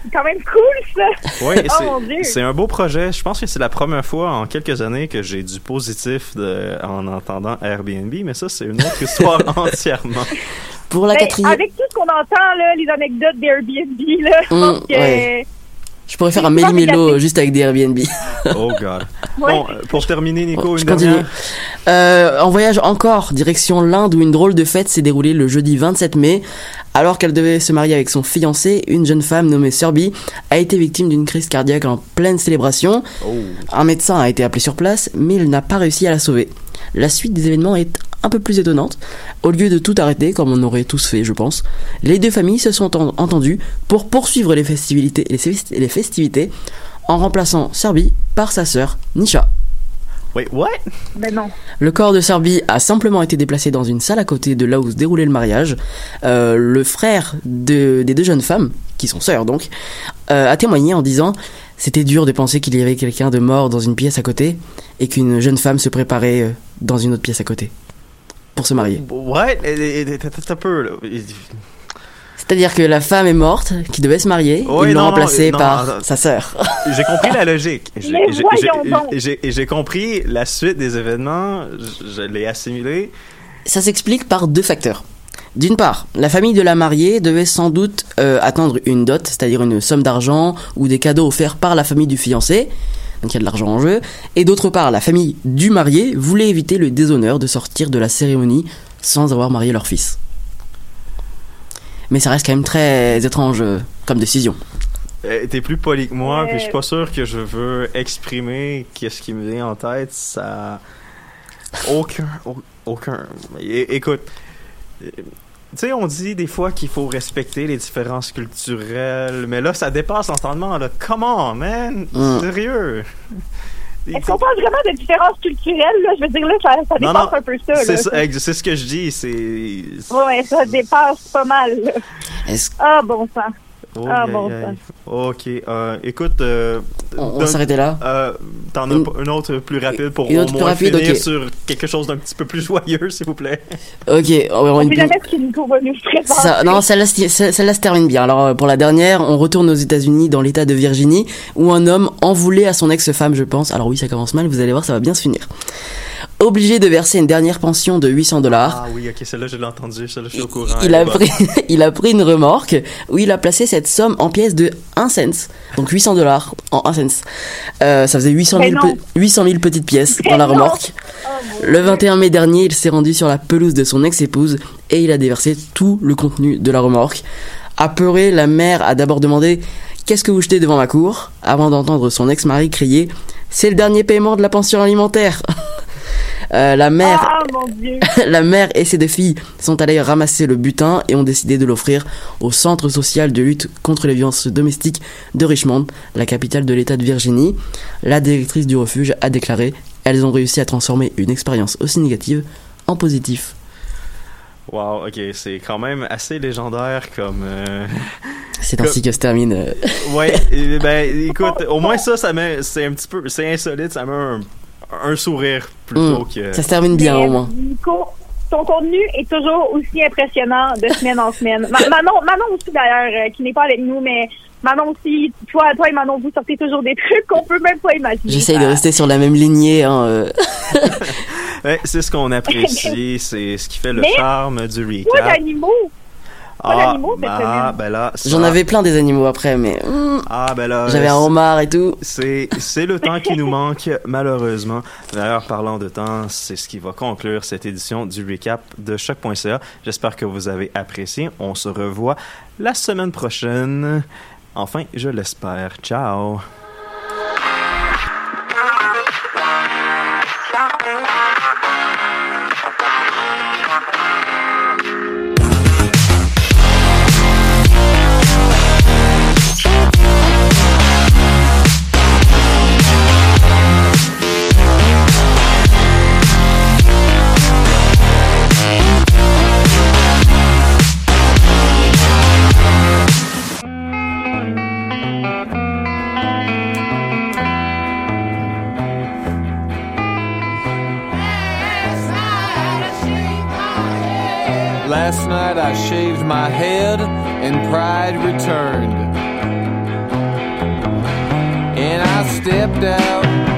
C'est quand même cool, ça. Oui, Oh mon Dieu. c'est un beau projet. Je pense que c'est la première fois en quelques années que j'ai du positif en entendant Airbnb, mais ça, c'est une autre histoire entièrement. Pour la Ben, quatrième... avec tout ce qu'on entend, là, les anecdotes d'Airbnb, là, je pense que... ouais. Je pourrais faire un C'est méli-mélo négatif. juste avec des Airbnb. Oh God. Ouais. Bon, pour terminer, Nico, Je une continue. dernière. En voyage encore, direction l'Inde, où une drôle de fête s'est déroulée le jeudi 27 mai. Alors qu'elle devait se marier avec son fiancé, une jeune femme nommée Serbi a été victime d'une crise cardiaque en pleine célébration. Oh. Un médecin a été appelé sur place, mais il n'a pas réussi à la sauver. La suite des événements est un peu plus étonnante. Au lieu de tout arrêter, comme on aurait tous fait, je pense, les deux familles se sont entendues pour poursuivre les festivités en remplaçant Serbi par sa sœur Nisha. Wait, what? Ben non. Le corps de Serbi a simplement été déplacé dans une salle à côté de là où se déroulait le mariage. Le frère des deux jeunes femmes, qui sont sœurs donc, a témoigné en disant « C'était dur de penser qu'il y avait quelqu'un de mort dans une pièce à côté et qu'une jeune femme se préparait dans une autre pièce à côté pour se marier. » What? T'as peu, là. C'est-à-dire que la femme est morte, qui devait se marier, Oui, ils l'ont non, remplacée non, par non. sa sœur. J'ai compris la logique. Mais voyons donc. J'ai compris la suite des événements. Je l'ai assimilé. Ça s'explique par deux facteurs. D'une part, la famille de la mariée devait sans doute attendre une dot, c'est-à-dire une somme d'argent ou des cadeaux offerts par la famille du fiancé, donc il y a de l'argent en jeu, et d'autre part, la famille du marié voulait éviter le déshonneur de sortir de la cérémonie sans avoir marié leur fils. Mais ça reste quand même très étrange comme décision. T'es plus poli que moi, Ouais. puis je suis pas sûr que je veux exprimer qu'est-ce qui me vient en tête. Ça... Aucun... Écoute... Tu sais, on dit des fois qu'il faut respecter les différences culturelles, mais là, ça dépasse l'entendement, là. Come on, man! Sérieux! Est-ce qu'on parle vraiment de différences culturelles, là? Je veux dire, là, ça Non, dépasse non, un peu ça, là. c'est ce que je dis, c'est... Ouais, ça dépasse pas mal, là. Est-ce Ah, bon sang. Oh, Ah, aïe, bon aïe. sang. Ok, écoute... on s'arrêtait là? T'en as une autre plus rapide pour Une au autre plus moins rapide, finir ok. sur quelque chose d'un petit peu plus joyeux, s'il vous plaît. Ok, On une sait plus- jamais ce que Nico va nous présenter. Non, celle-là se termine bien. Alors, pour la dernière, on retourne aux États-Unis, dans l'État de Virginie, où un homme en voulait à son ex-femme, je pense. Alors oui, ça commence mal, vous allez voir, ça va bien se finir. Obligé de verser une dernière pension de $800. Ah oui, ok, celle-là, je l'ai entendue, celle-là, je suis au courant. Il a pris une remorque où il a placé cette somme en pièces de 1 cent. Donc $800 en 1 cent. Ça faisait 800 000, 800 000 petites pièces dans la non. remorque. Le 21 mai dernier, il s'est rendu sur la pelouse de son ex-épouse et il a déversé tout le contenu de la remorque. Apeurée, la mère a d'abord demandé « Qu'est-ce que vous jetez devant ma cour ?» avant d'entendre son ex-mari crier « C'est le dernier paiement de la pension alimentaire !» La mère Ah, mon Dieu. La mère et ses deux filles sont allées ramasser le butin et ont décidé de l'offrir au Centre social de lutte contre les violences domestiques de Richmond, la capitale de l'État de Virginie. La directrice du refuge a déclaré « Elles ont réussi à transformer une expérience aussi négative en positif. » Wow, ok, c'est quand même assez légendaire comme... C'est ainsi que se termine... Ouais, ben écoute, au moins ça c'est un petit peu... C'est insolite, ça met un sourire plutôt que... Ça se termine bien Mais, au moins. Nico, ton contenu est toujours aussi impressionnant de semaine en semaine. Manon aussi d'ailleurs, qui n'est pas avec nous, mais Manon aussi, toi et Manon, vous sortez toujours des trucs qu'on peut même pas imaginer. J'essaye de rester sur la même lignée. Ouais, c'est ce qu'on apprécie, c'est ce qui fait le Mais, charme du recap. Pas d'animaux. Pas d'animaux cette semaine. Ben là, ça- J'en avais plein des animaux après, mais ben là, j'avais un homard et tout. C'est le temps qui nous manque, malheureusement. D'ailleurs, parlant de temps, c'est ce qui va conclure cette édition du recap de Choc.ca. J'espère que vous avez apprécié. On se revoit la semaine prochaine. Enfin, je l'espère. Ciao! Last night I shaved my head and pride returned. I stepped out.